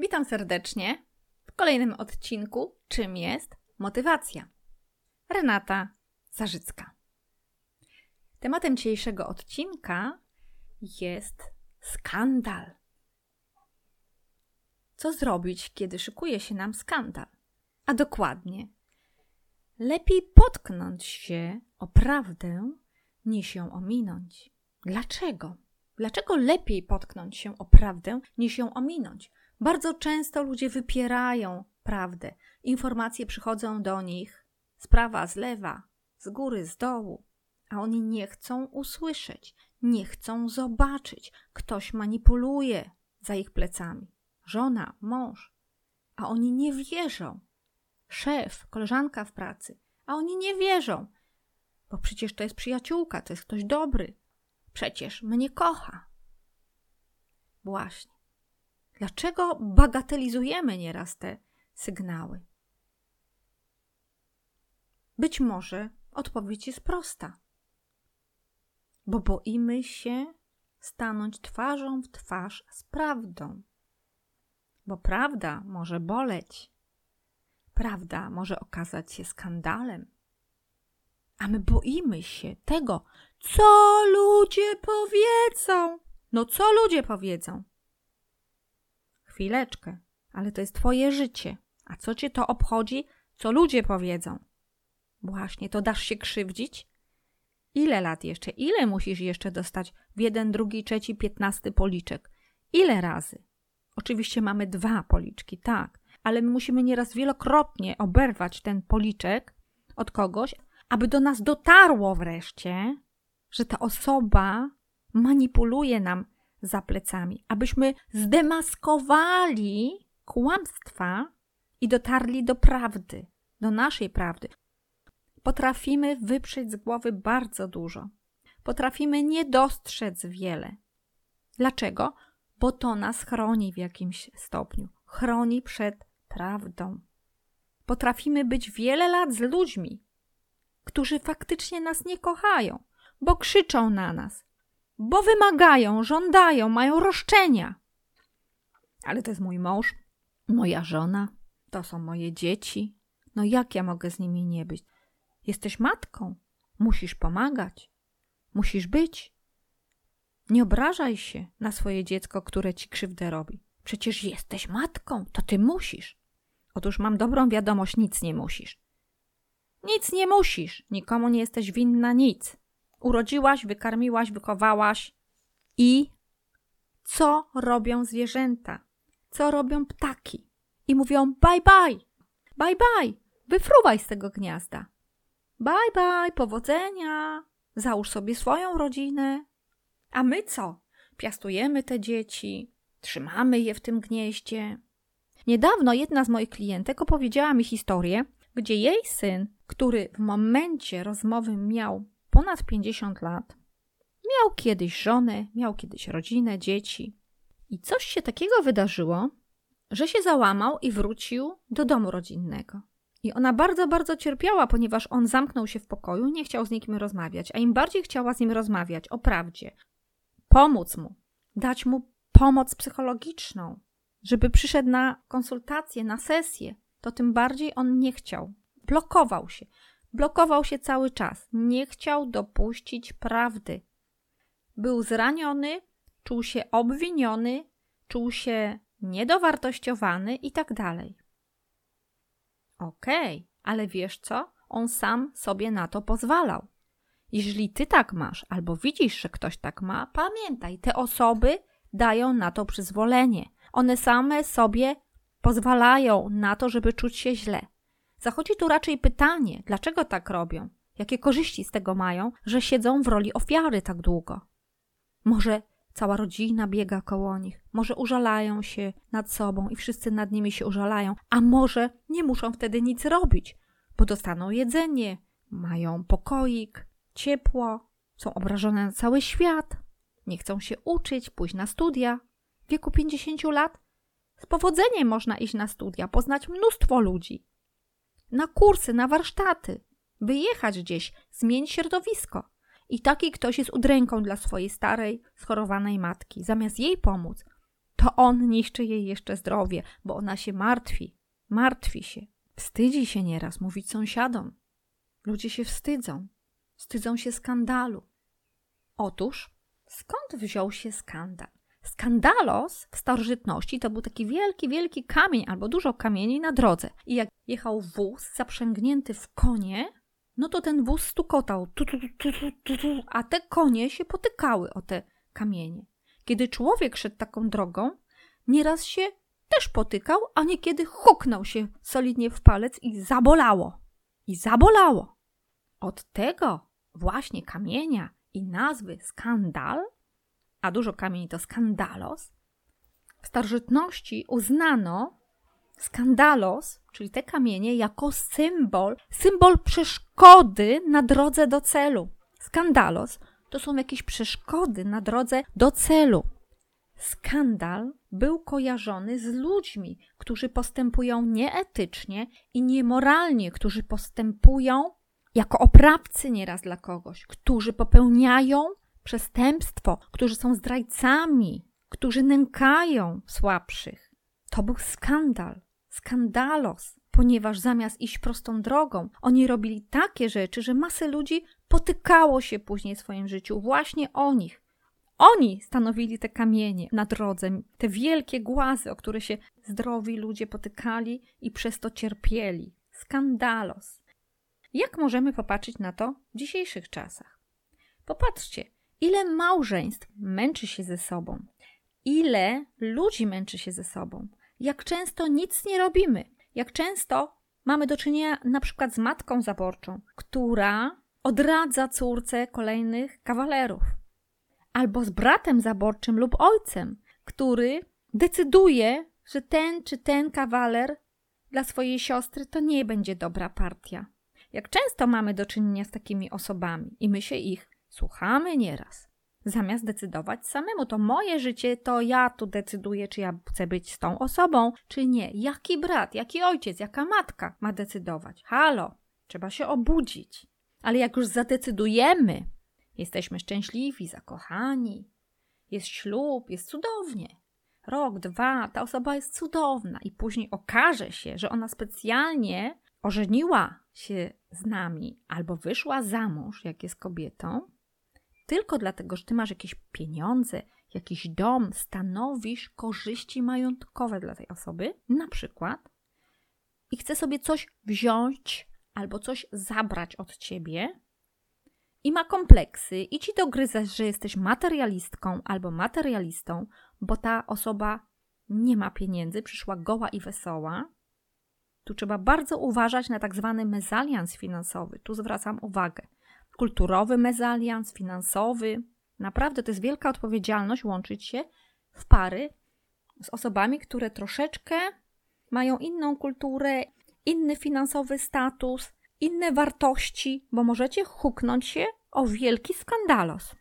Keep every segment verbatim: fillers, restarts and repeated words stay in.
Witam serdecznie w kolejnym odcinku Czym jest motywacja? Renata Zarzycka. Tematem dzisiejszego odcinka jest skandal. Co zrobić, kiedy szykuje się nam skandal? A dokładnie, lepiej potknąć się o prawdę, niż ją ominąć. Dlaczego? Dlaczego lepiej potknąć się o prawdę, niż ją ominąć? Bardzo często ludzie wypierają prawdę. Informacje przychodzą do nich z prawa, z lewa, z góry, z dołu, a oni nie chcą usłyszeć, nie chcą zobaczyć. Ktoś manipuluje za ich plecami. Żona, mąż, a oni nie wierzą. Szef, koleżanka w pracy, a oni nie wierzą, bo przecież to jest przyjaciółka, to jest ktoś dobry. Przecież mnie kocha. Właśnie. Dlaczego bagatelizujemy nieraz te sygnały? Być może odpowiedź jest prosta. Bo boimy się stanąć twarzą w twarz z prawdą. Bo prawda może boleć. Prawda może okazać się skandalem. A my boimy się tego, co ludzie powiedzą. No co ludzie powiedzą? Chwileczkę, ale to jest twoje życie. A co cię to obchodzi, co ludzie powiedzą? Właśnie, to dasz się krzywdzić? Ile lat jeszcze? Ile musisz jeszcze dostać w jeden, drugi, trzeci, piętnasty policzek? Ile razy? Oczywiście mamy dwa policzki, tak, ale my musimy nieraz wielokrotnie oberwać ten policzek od kogoś, aby do nas dotarło wreszcie, że ta osoba manipuluje nam za plecami, abyśmy zdemaskowali kłamstwa i dotarli do prawdy, do naszej prawdy. Potrafimy wyprzeć z głowy bardzo dużo. Potrafimy nie dostrzec wiele. Dlaczego? Bo to nas chroni w jakimś stopniu. Chroni przed prawdą. Potrafimy być wiele lat z ludźmi, którzy faktycznie nas nie kochają, bo krzyczą na nas, bo wymagają, żądają, mają roszczenia. Ale to jest mój mąż, moja żona, to są moje dzieci. No jak ja mogę z nimi nie być? Jesteś matką, musisz pomagać, musisz być. Nie obrażaj się na swoje dziecko, które ci krzywdę robi. Przecież jesteś matką, to ty musisz. Otóż mam dobrą wiadomość, nic nie musisz. Nic nie musisz, nikomu nie jesteś winna nic. Urodziłaś, wykarmiłaś, wychowałaś. I co robią zwierzęta? Co robią ptaki? I mówią bye bye, bye bye, wyfruwaj z tego gniazda. Bye bye, powodzenia, załóż sobie swoją rodzinę. A my co? Piastujemy te dzieci, trzymamy je w tym gnieździe. Niedawno jedna z moich klientek opowiedziała mi historię, gdzie jej syn, który w momencie rozmowy miał ponad pięćdziesiąt lat, miał kiedyś żonę, miał kiedyś rodzinę, dzieci. I coś się takiego wydarzyło, że się załamał i wrócił do domu rodzinnego. I ona bardzo, bardzo cierpiała, ponieważ on zamknął się w pokoju, nie chciał z nikim rozmawiać, a im bardziej chciała z nim rozmawiać o prawdzie, pomóc mu, dać mu pomoc psychologiczną, żeby przyszedł na konsultację, na sesję, to tym bardziej on nie chciał. Blokował się. Blokował się cały czas. Nie chciał dopuścić prawdy. Był zraniony, czuł się obwiniony, czuł się niedowartościowany i tak dalej. Okej, ale wiesz co? On sam sobie na to pozwalał. Jeżeli ty tak masz, albo widzisz, że ktoś tak ma, pamiętaj, te osoby dają na to przyzwolenie. One same sobie pozwalają na to, żeby czuć się źle. Zachodzi tu raczej pytanie, dlaczego tak robią? Jakie korzyści z tego mają, że siedzą w roli ofiary tak długo? Może cała rodzina biega koło nich, może użalają się nad sobą i wszyscy nad nimi się użalają, a może nie muszą wtedy nic robić, bo dostaną jedzenie, mają pokoik, ciepło, są obrażone na cały świat, nie chcą się uczyć, pójść na studia. W wieku pięćdziesięciu lat z powodzeniem można iść na studia, poznać mnóstwo ludzi, na kursy, na warsztaty, wyjechać gdzieś, zmienić środowisko. I taki ktoś jest udręką dla swojej starej, schorowanej matki. Zamiast jej pomóc, to on niszczy jej jeszcze zdrowie, bo ona się martwi, martwi się, wstydzi się nieraz mówić sąsiadom. Ludzie się wstydzą, wstydzą się skandalu. Otóż, skąd wziął się skandal? Skandalos w starożytności to był taki wielki, wielki kamień albo dużo kamieni na drodze. I jak jechał wóz zaprzęgnięty w konie, no to ten wóz stukotał, tu, tu, tu, tu, tu, tu, a te konie się potykały o te kamienie. Kiedy człowiek szedł taką drogą, nieraz się też potykał, a niekiedy huknął się solidnie w palec i zabolało. I zabolało. Od tego właśnie kamienia i nazwy skandal, a dużo kamieni to skandalos, w starożytności uznano skandalos, czyli te kamienie, jako symbol, symbol przeszkody na drodze do celu. Skandalos to są jakieś przeszkody na drodze do celu. Skandal był kojarzony z ludźmi, którzy postępują nieetycznie i niemoralnie, którzy postępują jako oprawcy nieraz dla kogoś, którzy popełniają przestępstwo, którzy są zdrajcami, którzy nękają słabszych. To był skandal, skandalos, ponieważ zamiast iść prostą drogą, oni robili takie rzeczy, że masę ludzi potykało się później w swoim życiu właśnie o nich. Oni stanowili te kamienie na drodze, te wielkie głazy, o które się zdrowi ludzie potykali i przez to cierpieli. Skandalos. Jak możemy popatrzeć na to w dzisiejszych czasach? Popatrzcie, ile małżeństw męczy się ze sobą, ile ludzi męczy się ze sobą, jak często nic nie robimy, jak często mamy do czynienia na przykład z matką zaborczą, która odradza córce kolejnych kawalerów, albo z bratem zaborczym lub ojcem, który decyduje, że ten czy ten kawaler dla swojej siostry to nie będzie dobra partia. Jak często mamy do czynienia z takimi osobami i my się ich słuchamy nieraz. Zamiast decydować samemu, to moje życie, to ja tu decyduję, czy ja chcę być z tą osobą, czy nie. Jaki brat, jaki ojciec, jaka matka ma decydować? Halo, trzeba się obudzić. Ale jak już zadecydujemy, jesteśmy szczęśliwi, zakochani, jest ślub, jest cudownie. Rok, dwa, ta osoba jest cudowna i później okaże się, że ona specjalnie ożeniła się z nami albo wyszła za mąż, jak jest kobietą, tylko dlatego, że ty masz jakieś pieniądze, jakiś dom, stanowisz korzyści majątkowe dla tej osoby, na przykład, i chce sobie coś wziąć albo coś zabrać od ciebie i ma kompleksy i ci dogryzasz, że jesteś materialistką albo materialistą, bo ta osoba nie ma pieniędzy, przyszła goła i wesoła. Tu trzeba bardzo uważać na tak zwany mezalians finansowy. Tu zwracam uwagę. Kulturowy mezalians, finansowy. Naprawdę to jest wielka odpowiedzialność łączyć się w pary z osobami, które troszeczkę mają inną kulturę, inny finansowy status, inne wartości, bo możecie huknąć się o wielki skandalos.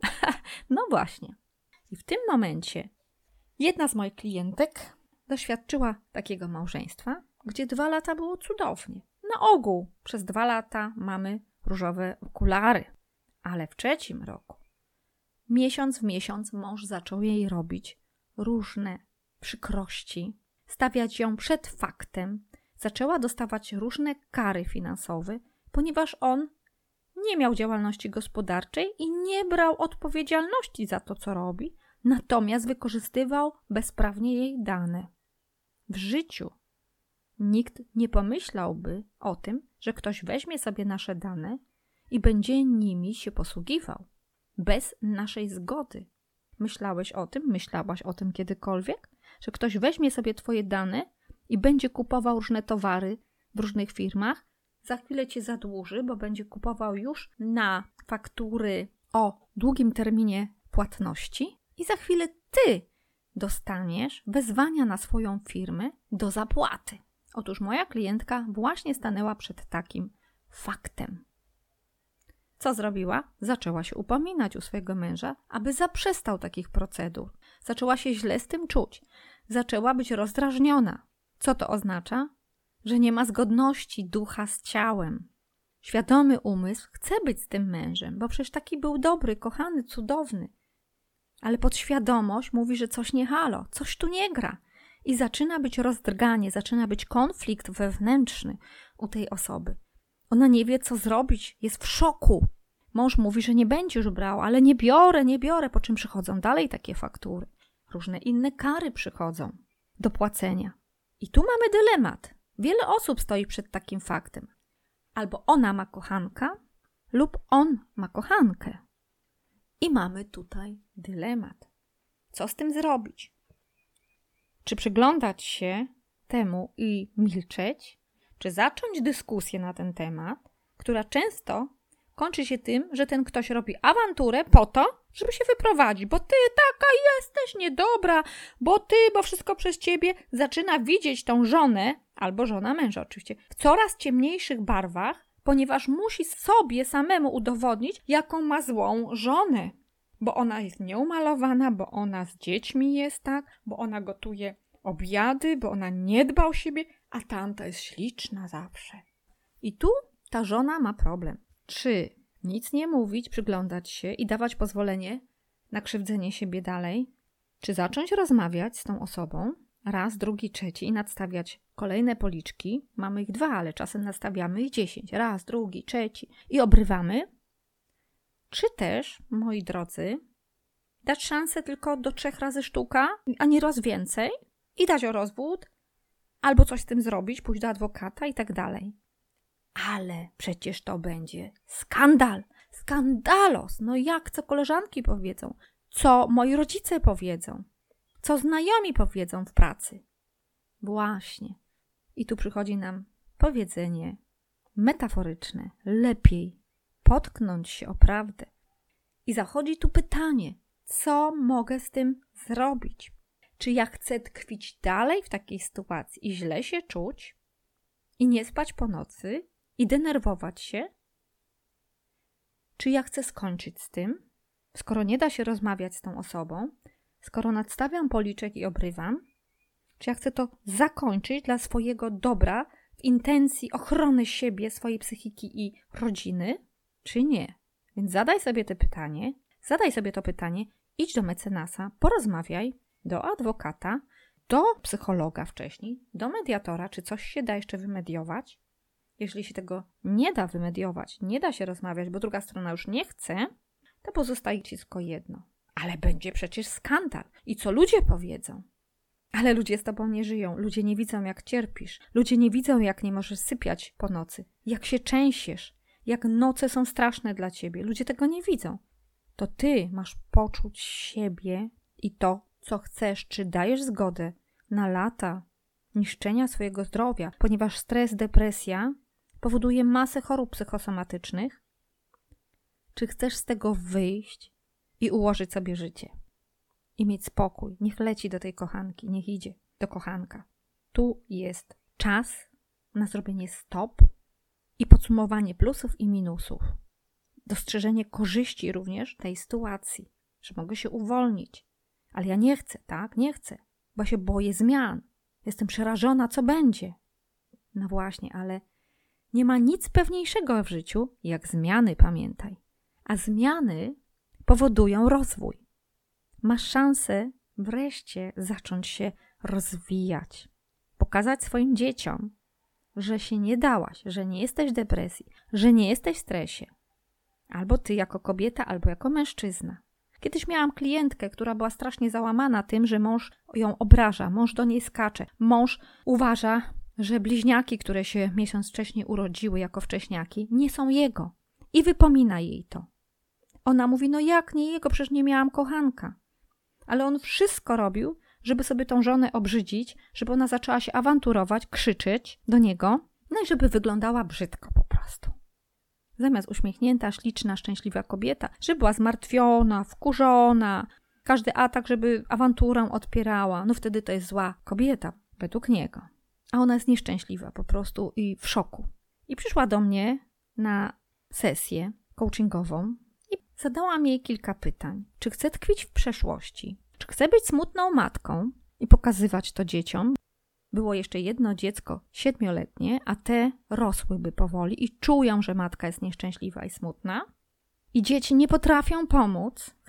No właśnie. I w tym momencie jedna z moich klientek doświadczyła takiego małżeństwa, gdzie dwa lata było cudownie. Na ogół przez dwa lata mamy różowe okulary, ale w trzecim roku, miesiąc w miesiąc, mąż zaczął jej robić różne przykrości, stawiać ją przed faktem, zaczęła dostawać różne kary finansowe, ponieważ on nie miał działalności gospodarczej i nie brał odpowiedzialności za to, co robi, natomiast wykorzystywał bezprawnie jej dane. W życiu nikt nie pomyślałby o tym, że ktoś weźmie sobie nasze dane i będzie nimi się posługiwał, bez naszej zgody. Myślałeś o tym? Myślałaś o tym kiedykolwiek? Że ktoś weźmie sobie twoje dane i będzie kupował różne towary w różnych firmach, za chwilę cię zadłuży, bo będzie kupował już na faktury o długim terminie płatności i za chwilę ty dostaniesz wezwania na swoją firmę do zapłaty. Otóż moja klientka właśnie stanęła przed takim faktem. Co zrobiła? Zaczęła się upominać u swojego męża, aby zaprzestał takich procedur. Zaczęła się źle z tym czuć. Zaczęła być rozdrażniona. Co to oznacza? Że nie ma zgodności ducha z ciałem. Świadomy umysł chce być z tym mężem, bo przecież taki był dobry, kochany, cudowny. ale podświadomość mówi, że coś nie halo, coś tu nie gra. I zaczyna być rozdrganie, zaczyna być konflikt wewnętrzny u tej osoby. Ona nie wie, co zrobić, jest w szoku. Mąż mówi, że nie będziesz brał, ale nie biorę, nie biorę, po czym przychodzą dalej takie faktury. Różne inne kary przychodzą do płacenia. I tu mamy dylemat. Wiele osób stoi przed takim faktem. Albo ona ma kochanka, lub on ma kochankę. I mamy tutaj dylemat. Co z tym zrobić? Czy przyglądać się temu i milczeć, czy zacząć dyskusję na ten temat, która często kończy się tym, że ten ktoś robi awanturę po to, żeby się wyprowadzić, bo ty taka jesteś niedobra, bo ty, bo wszystko przez ciebie. Zaczyna widzieć tą żonę, albo żona męża oczywiście, w coraz ciemniejszych barwach, ponieważ musi sobie samemu udowodnić, jaką ma złą żonę. Bo ona jest nieumalowana, bo ona z dziećmi jest tak, bo ona gotuje obiady, bo ona nie dba o siebie, a tamta jest śliczna zawsze. I tu ta żona ma problem. Czy nic nie mówić, przyglądać się i dawać pozwolenie na krzywdzenie siebie dalej? Czy zacząć rozmawiać z tą osobą raz, drugi, trzeci i nadstawiać kolejne policzki? Mamy ich dwa, ale czasem nastawiamy ich dziesięć. Raz, drugi, trzeci i obrywamy? Czy też, moi drodzy, dać szansę tylko do trzech razy sztuka, a nie raz więcej i dać o rozwód, albo coś z tym zrobić, pójść do adwokata i tak dalej. Ale przecież to będzie skandal, skandalos. No jak, co koleżanki powiedzą, co moi rodzice powiedzą, co znajomi powiedzą w pracy. Właśnie. I tu przychodzi nam powiedzenie metaforyczne, lepiej potknąć się o prawdę. I zachodzi tu pytanie, co mogę z tym zrobić? Czy ja chcę tkwić dalej w takiej sytuacji i źle się czuć i nie spać po nocy i denerwować się? Czy ja chcę skończyć z tym, skoro nie da się rozmawiać z tą osobą, skoro nadstawiam policzek i obrywam? Czy ja chcę to zakończyć dla swojego dobra, w intencji ochrony siebie, swojej psychiki i rodziny, czy nie? Więc zadaj sobie to pytanie, zadaj sobie to pytanie, idź do mecenasa, porozmawiaj, do adwokata, do psychologa wcześniej, do mediatora, czy coś się da jeszcze wymediować. Jeśli się tego nie da wymediować, nie da się rozmawiać, bo druga strona już nie chce, to pozostaje ci tylko jedno. Ale będzie przecież skandal. I co ludzie powiedzą? Ale ludzie z tobą nie żyją. Ludzie nie widzą, jak cierpisz. Ludzie nie widzą, jak nie możesz sypiać po nocy. Jak się trzęsiesz. Jak noce są straszne dla ciebie. Ludzie tego nie widzą. To ty masz poczuć siebie i to, co chcesz. Czy dajesz zgodę na lata niszczenia swojego zdrowia, ponieważ stres, depresja powoduje masę chorób psychosomatycznych? Czy chcesz z tego wyjść i ułożyć sobie życie? I mieć spokój. Niech leci do tej kochanki, niech idzie do kochanka. Tu jest czas na zrobienie stop i podsumowanie plusów i minusów. Dostrzeżenie korzyści również tej sytuacji, że mogę się uwolnić. Ale ja nie chcę, tak? Nie chcę, bo się boję zmian. Jestem przerażona, co będzie. No właśnie, ale nie ma nic pewniejszego w życiu, jak zmiany, pamiętaj. A zmiany powodują rozwój. Masz szansę wreszcie zacząć się rozwijać. Pokazać swoim dzieciom, że się nie dałaś, że nie jesteś w depresji, że nie jesteś w stresie. Albo ty jako kobieta, albo jako mężczyzna. Kiedyś miałam klientkę, która była strasznie załamana tym, że mąż ją obraża, mąż do niej skacze. Mąż uważa, że bliźniaki, które się miesiąc wcześniej urodziły jako wcześniaki, nie są jego. I wypomina jej to. Ona mówi, no jak nie jego, przecież nie miałam kochanka. Ale on wszystko robił, żeby sobie tą żonę obrzydzić, żeby ona zaczęła się awanturować, krzyczeć do niego, no i żeby wyglądała brzydko po prostu. Zamiast uśmiechnięta, śliczna, szczęśliwa kobieta, żeby była zmartwiona, wkurzona, każdy atak, żeby awanturę odpierała, no wtedy to jest zła kobieta, według niego. A ona jest nieszczęśliwa po prostu i w szoku. I przyszła do mnie na sesję coachingową i zadałam jej kilka pytań. Czy chce tkwić w przeszłości? Czy chce być smutną matką i pokazywać to dzieciom? Było jeszcze jedno dziecko siedmioletnie, a te rosłyby powoli i czują, że matka jest nieszczęśliwa i smutna. I dzieci nie potrafią pomóc,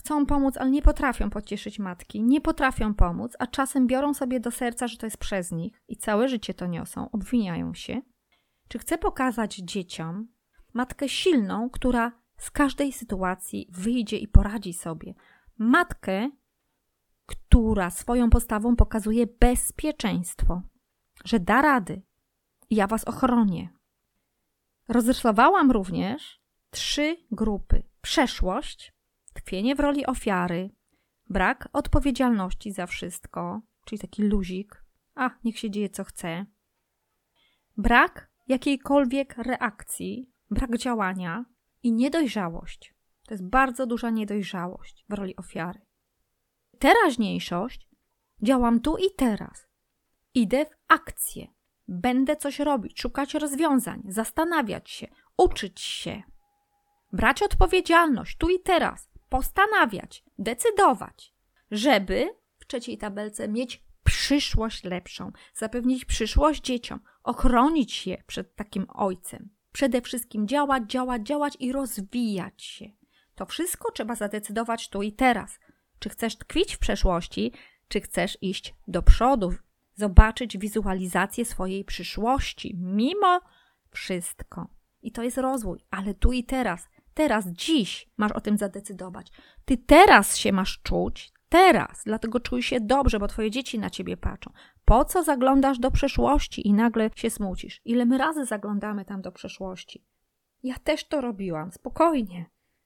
chcą pomóc, ale nie potrafią pocieszyć matki, nie potrafią pomóc, a czasem biorą sobie do serca, że to jest przez nich i całe życie to niosą, obwiniają się. Czy chcę pokazać dzieciom matkę silną, która z każdej sytuacji wyjdzie i poradzi sobie. Matkę, która swoją postawą pokazuje bezpieczeństwo, że da rady i ja was ochronię. Rozrysowałam również trzy grupy. Przeszłość, tkwienie w roli ofiary, brak odpowiedzialności za wszystko, czyli taki luzik, a niech się dzieje co chce, brak jakiejkolwiek reakcji, brak działania i niedojrzałość. To jest bardzo duża niedojrzałość w roli ofiary. Teraźniejszość, działam tu i teraz. Idę w akcję. Będę coś robić, szukać rozwiązań, zastanawiać się, uczyć się. Brać odpowiedzialność tu i teraz, postanawiać, decydować, żeby w trzeciej tabelce mieć przyszłość lepszą, zapewnić przyszłość dzieciom, ochronić je przed takim ojcem. Przede wszystkim działać, działać, działać i rozwijać się. To wszystko trzeba zadecydować tu i teraz. Czy chcesz tkwić w przeszłości, czy chcesz iść do przodu, zobaczyć wizualizację swojej przyszłości, mimo wszystko. I to jest rozwój, ale tu i teraz, teraz, dziś masz o tym zadecydować. Ty teraz się masz czuć, teraz, dlatego czuj się dobrze, bo twoje dzieci na ciebie patrzą. Po co zaglądasz do przeszłości i nagle się smucisz? Ile my razy zaglądamy tam do przeszłości? Ja też to robiłam, spokojnie.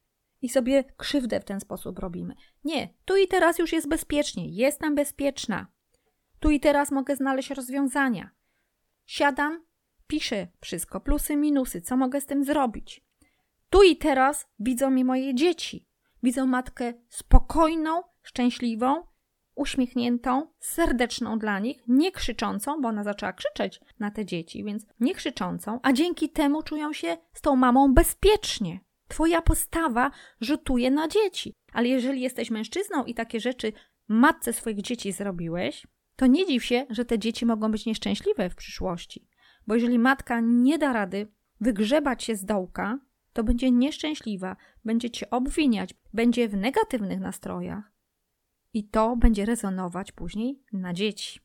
I sobie krzywdę w ten sposób robimy. Nie, tu i teraz już jest bezpiecznie, jestem bezpieczna. Tu i teraz mogę znaleźć rozwiązania. Siadam, piszę wszystko, plusy, minusy, co mogę z tym zrobić. Tu i teraz widzą mnie moje dzieci. Widzą matkę spokojną, szczęśliwą, uśmiechniętą, serdeczną dla nich, nie krzyczącą, bo ona zaczęła krzyczeć na te dzieci, więc nie krzyczącą, a dzięki temu czują się z tą mamą bezpiecznie. Twoja postawa rzutuje na dzieci. Ale jeżeli jesteś mężczyzną i takie rzeczy matce swoich dzieci zrobiłeś, to nie dziw się, że te dzieci mogą być nieszczęśliwe w przyszłości. Bo jeżeli matka nie da rady wygrzebać się z dołka, to będzie nieszczęśliwa, będzie cię obwiniać, będzie w negatywnych nastrojach i to będzie rezonować później na dzieci.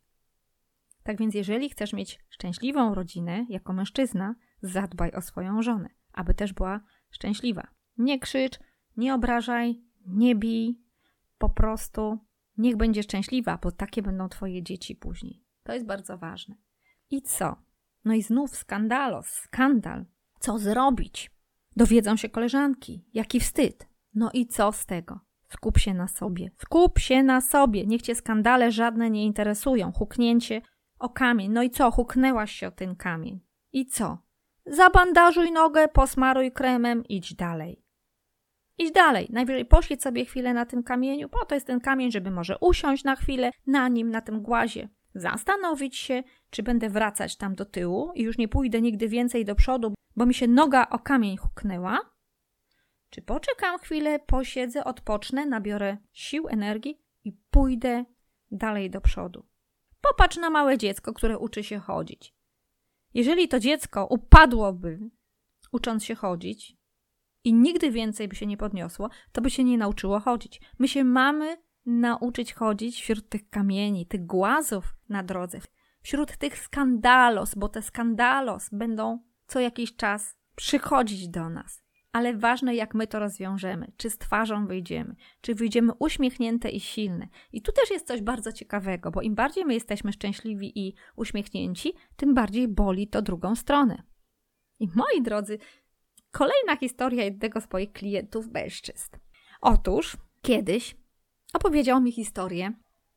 Tak więc jeżeli chcesz mieć szczęśliwą rodzinę jako mężczyzna, zadbaj o swoją żonę, aby też była szczęśliwa. Nie krzycz, nie obrażaj, nie bij, po prostu niech będzie szczęśliwa, bo takie będą twoje dzieci później. To jest bardzo ważne. I co? No i znów skandalos, skandal. Co zrobić? Dowiedzą się koleżanki. Jaki wstyd. No i co z tego? Skup się na sobie. Skup się na sobie. Niech cię skandale żadne nie interesują. Huknięcie o kamień. No i co? Huknęłaś się o ten kamień. I co? Zabandażuj nogę, posmaruj kremem, idź dalej. Idź dalej. Najwyżej posiedź sobie chwilę na tym kamieniu. Po to jest ten kamień, żeby może usiąść na chwilę na nim, na tym głazie. Zastanowić się, czy będę wracać tam do tyłu i już nie pójdę nigdy więcej do przodu, bo mi się noga o kamień huknęła. Czy poczekam chwilę, posiedzę, odpocznę, nabiorę sił, energii i pójdę dalej do przodu. Popatrz na małe dziecko, które uczy się chodzić. Jeżeli to dziecko upadłoby, ucząc się chodzić i nigdy więcej by się nie podniosło, to by się nie nauczyło chodzić. My się mamy nauczyć chodzić wśród tych kamieni, tych głazów na drodze, wśród tych skandalos, bo te skandalos będą co jakiś czas przychodzić do nas. Ale ważne, jak my to rozwiążemy, czy z twarzą wyjdziemy, czy wyjdziemy uśmiechnięte i silne. I tu też jest coś bardzo ciekawego, bo im bardziej my jesteśmy szczęśliwi i uśmiechnięci, tym bardziej boli to drugą stronę. I moi drodzy, kolejna historia jednego z moich klientów mężczyzn. Otóż kiedyś opowiedział mi historię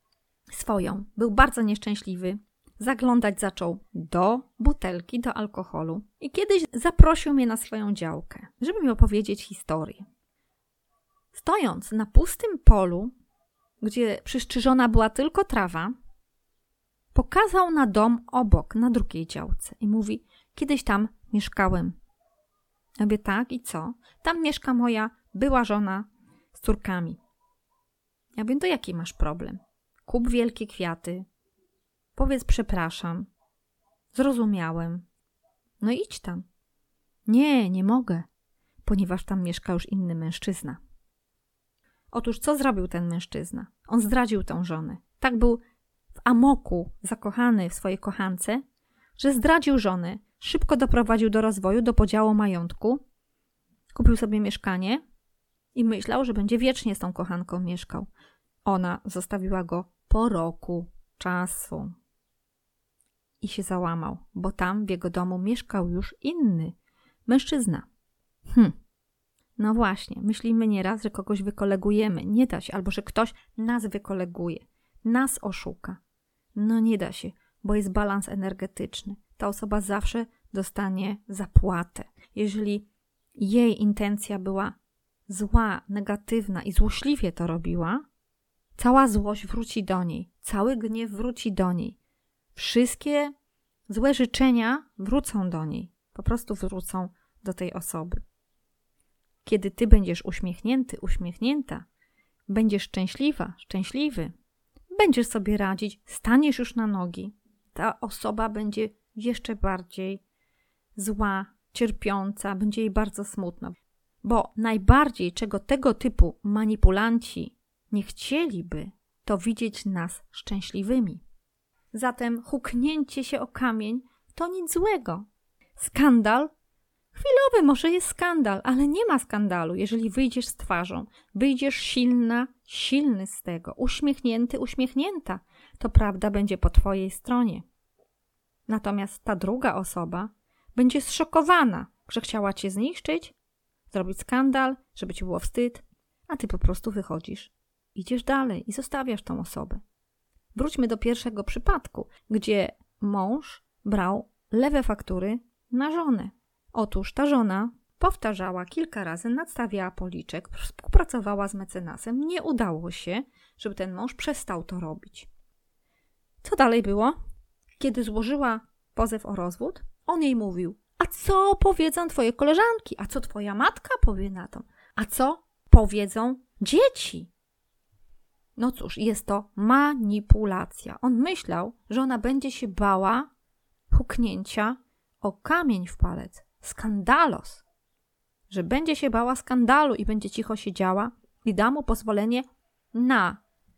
swoją. Był bardzo nieszczęśliwy. Zaglądać zaczął do butelki, do alkoholu. I kiedyś zaprosił mnie na swoją działkę, żeby mi opowiedzieć historię. Stojąc na pustym polu, gdzie przystrzyżona była tylko trawa, pokazał na dom obok, na drugiej działce i mówi, kiedyś tam mieszkałem. Ja mówię, tak i co? Tam mieszka moja była żona z córkami. Ja mówię, to jaki masz problem? Kup wielkie kwiaty. Powiedz przepraszam. Zrozumiałem. No idź tam. Nie, nie mogę, ponieważ tam mieszka już inny mężczyzna. Otóż co zrobił ten mężczyzna? On zdradził tą żonę. Tak był w amoku zakochany w swojej kochance, że zdradził żonę, szybko doprowadził do rozwoju, do podziału majątku, kupił sobie mieszkanie i myślał, że będzie wiecznie z tą kochanką mieszkał. Ona zostawiła go po roku czasu i się załamał, bo tam w jego domu mieszkał już inny mężczyzna. Hm. No właśnie, myślimy nieraz, że kogoś wykolegujemy. Nie da się, albo że ktoś nas wykoleguje, nas oszuka. No nie da się, bo jest balans energetyczny. Ta osoba zawsze dostanie zapłatę. Jeżeli jej intencja była zła, negatywna i złośliwie to robiła, cała złość wróci do niej, cały gniew wróci do niej. Wszystkie złe życzenia wrócą do niej, po prostu wrócą do tej osoby. Kiedy ty będziesz uśmiechnięty, uśmiechnięta, będziesz szczęśliwa, szczęśliwy, będziesz sobie radzić, staniesz już na nogi, ta osoba będzie jeszcze bardziej zła, cierpiąca, będzie jej bardzo smutno. Bo najbardziej, czego tego typu manipulanci nie chcieliby, to widzieć nas szczęśliwymi. Zatem huknięcie się o kamień to nic złego. Skandal? Chwilowy może jest skandal, ale nie ma skandalu, jeżeli wyjdziesz z twarzą, wyjdziesz silna, silny z tego, uśmiechnięty, uśmiechnięta, to prawda będzie po twojej stronie. Natomiast ta druga osoba będzie zszokowana, że chciała cię zniszczyć, zrobić skandal, żeby ci było wstyd, a ty po prostu wychodzisz, idziesz dalej i zostawiasz tą osobę. Wróćmy do pierwszego przypadku, gdzie mąż brał lewe faktury na żonę. Otóż ta żona powtarzała kilka razy, nadstawiała policzek, współpracowała z mecenasem. Nie udało się, żeby ten mąż przestał to robić. Co dalej było? Kiedy złożyła pozew o rozwód, on jej mówił: a co powiedzą twoje koleżanki? A co twoja matka powie na to? A co powiedzą dzieci? No cóż, jest to manipulacja. On myślał, że ona będzie się bała huknięcia o kamień w palec. Skandalos. Że będzie się bała skandalu i będzie cicho siedziała i da mu pozwolenie na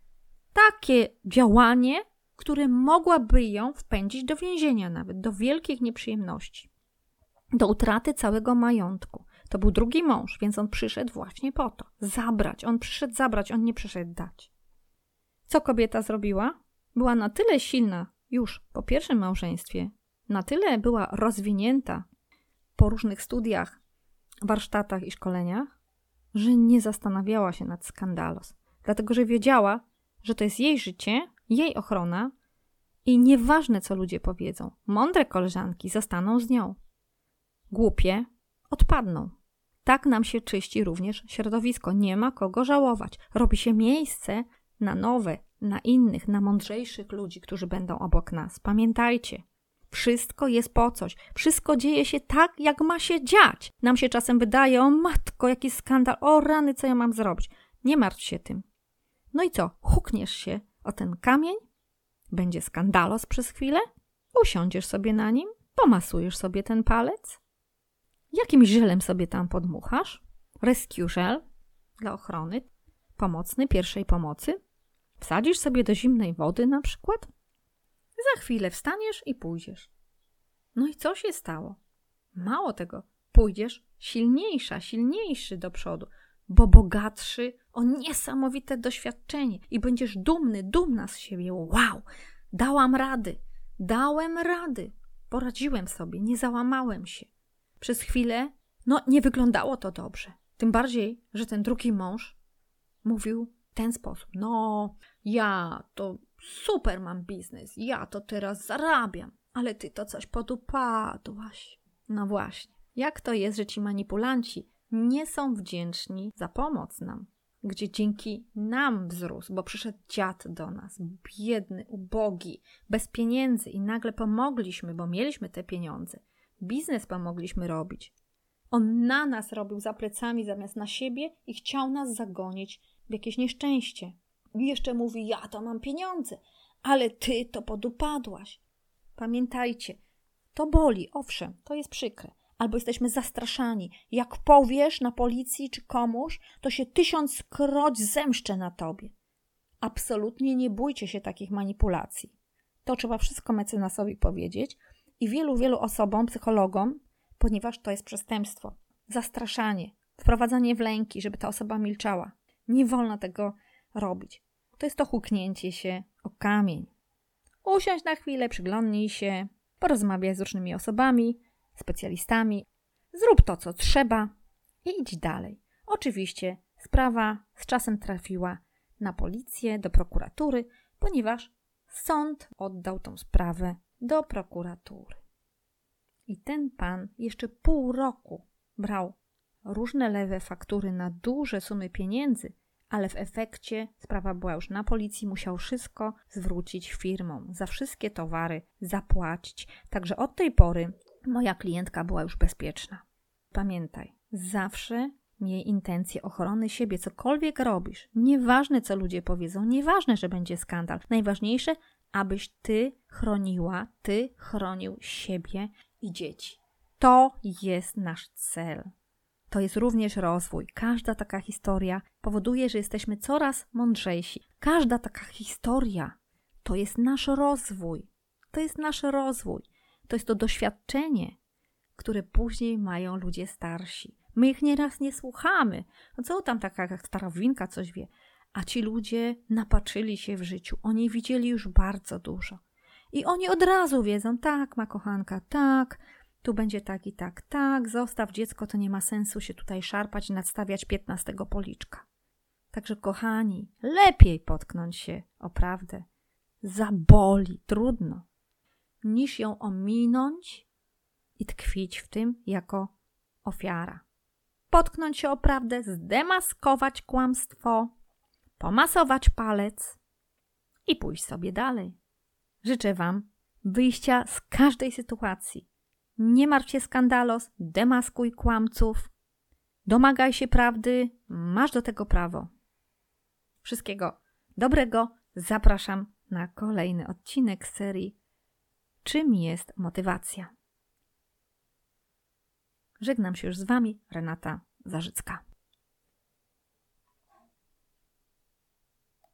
takie działanie, które mogłaby ją wpędzić do więzienia nawet, do wielkich nieprzyjemności, do utraty całego majątku. To był drugi mąż, więc on przyszedł właśnie po to. Zabrać. On przyszedł zabrać, on nie przyszedł dać. Co kobieta zrobiła? Była na tyle silna już po pierwszym małżeństwie, na tyle była rozwinięta po różnych studiach, warsztatach i szkoleniach, że nie zastanawiała się nad skandalos. Dlatego, że wiedziała, że to jest jej życie, jej ochrona i nieważne, co ludzie powiedzą. Mądre koleżanki zostaną z nią. Głupie odpadną. Tak nam się czyści również środowisko. Nie ma kogo żałować. Robi się miejsce na nowe, na innych, na mądrzejszych ludzi, którzy będą obok nas. Pamiętajcie, wszystko jest po coś. Wszystko dzieje się tak, jak ma się dziać. Nam się czasem wydaje: o matko, jaki skandal, o rany, co ja mam zrobić? Nie martw się tym. No i co? Hukniesz się o ten kamień? Będzie skandalos przez chwilę? Usiądziesz sobie na nim? Pomasujesz sobie ten palec? Jakimś żelem sobie tam podmuchasz? Rescue żel dla ochrony, pomocny, pierwszej pomocy? Wsadzisz sobie do zimnej wody na przykład? Za chwilę wstaniesz i pójdziesz. No i co się stało? Mało tego, pójdziesz silniejsza, silniejszy do przodu, bo bogatszy o niesamowite doświadczenie i będziesz dumny, dumna z siebie. Wow, dałam rady, dałem rady, poradziłem sobie, nie załamałem się. Przez chwilę, no nie wyglądało to dobrze. Tym bardziej, że ten drugi mąż mówił w ten sposób: no, ja to super mam biznes, ja to teraz zarabiam, ale ty to coś podupadłaś. No właśnie, jak to jest, że ci manipulanci nie są wdzięczni za pomoc nam, gdzie dzięki nam wzrósł, bo przyszedł dziad do nas, biedny, ubogi, bez pieniędzy i nagle pomogliśmy, bo mieliśmy te pieniądze. Biznes pomogliśmy robić. On na nas robił za plecami zamiast na siebie i chciał nas zagonić w jakieś nieszczęście. I jeszcze mówi: ja to mam pieniądze, ale ty to podupadłaś. Pamiętajcie, to boli, owszem, to jest przykre, albo jesteśmy zastraszani. Jak powiesz na policji czy komuś, to się tysiąckroć zemszczę na tobie. Absolutnie nie bójcie się takich manipulacji. To trzeba wszystko mecenasowi powiedzieć i wielu, wielu osobom, psychologom, ponieważ to jest przestępstwo. Zastraszanie, wprowadzanie w lęki, żeby ta osoba milczała. Nie wolno tego robić. To jest to huknięcie się o kamień. Usiądź na chwilę, przyglądnij się, porozmawiaj z różnymi osobami, specjalistami. Zrób to, co trzeba i idź dalej. Oczywiście sprawa z czasem trafiła na policję, do prokuratury, ponieważ sąd oddał tą sprawę do prokuratury. I ten pan jeszcze pół roku brał różne lewe faktury na duże sumy pieniędzy, ale w efekcie sprawa była już na policji, musiał wszystko zwrócić firmom, za wszystkie towary zapłacić. Także od tej pory moja klientka była już bezpieczna. Pamiętaj, zawsze miej intencję ochrony siebie, cokolwiek robisz. Nieważne, co ludzie powiedzą, nieważne, że będzie skandal. Najważniejsze, abyś ty chroniła, ty chronił siebie i dzieci. To jest nasz cel. To jest również rozwój. Każda taka historia powoduje, że jesteśmy coraz mądrzejsi. Każda taka historia to jest nasz rozwój. To jest nasz rozwój. To jest to doświadczenie, które później mają ludzie starsi. My ich nieraz nie słuchamy. No co tam taka starowinka coś wie? A ci ludzie napatrzyli się w życiu. Oni widzieli już bardzo dużo. I oni od razu wiedzą, tak, ma kochanka, tak, tu będzie tak i tak, tak, zostaw dziecko, to nie ma sensu się tutaj szarpać i nadstawiać piętnastego policzka. Także kochani, lepiej potknąć się o prawdę. Zaboli, trudno, niż ją ominąć i tkwić w tym jako ofiara. Potknąć się o prawdę, zdemaskować kłamstwo, pomasować palec i pójść sobie dalej. Życzę Wam wyjścia z każdej sytuacji. Nie martw się skandalos, demaskuj kłamców, domagaj się prawdy, masz do tego prawo. Wszystkiego dobrego, zapraszam na kolejny odcinek serii Czym jest motywacja? Żegnam się już z Wami, Renata Zarzycka.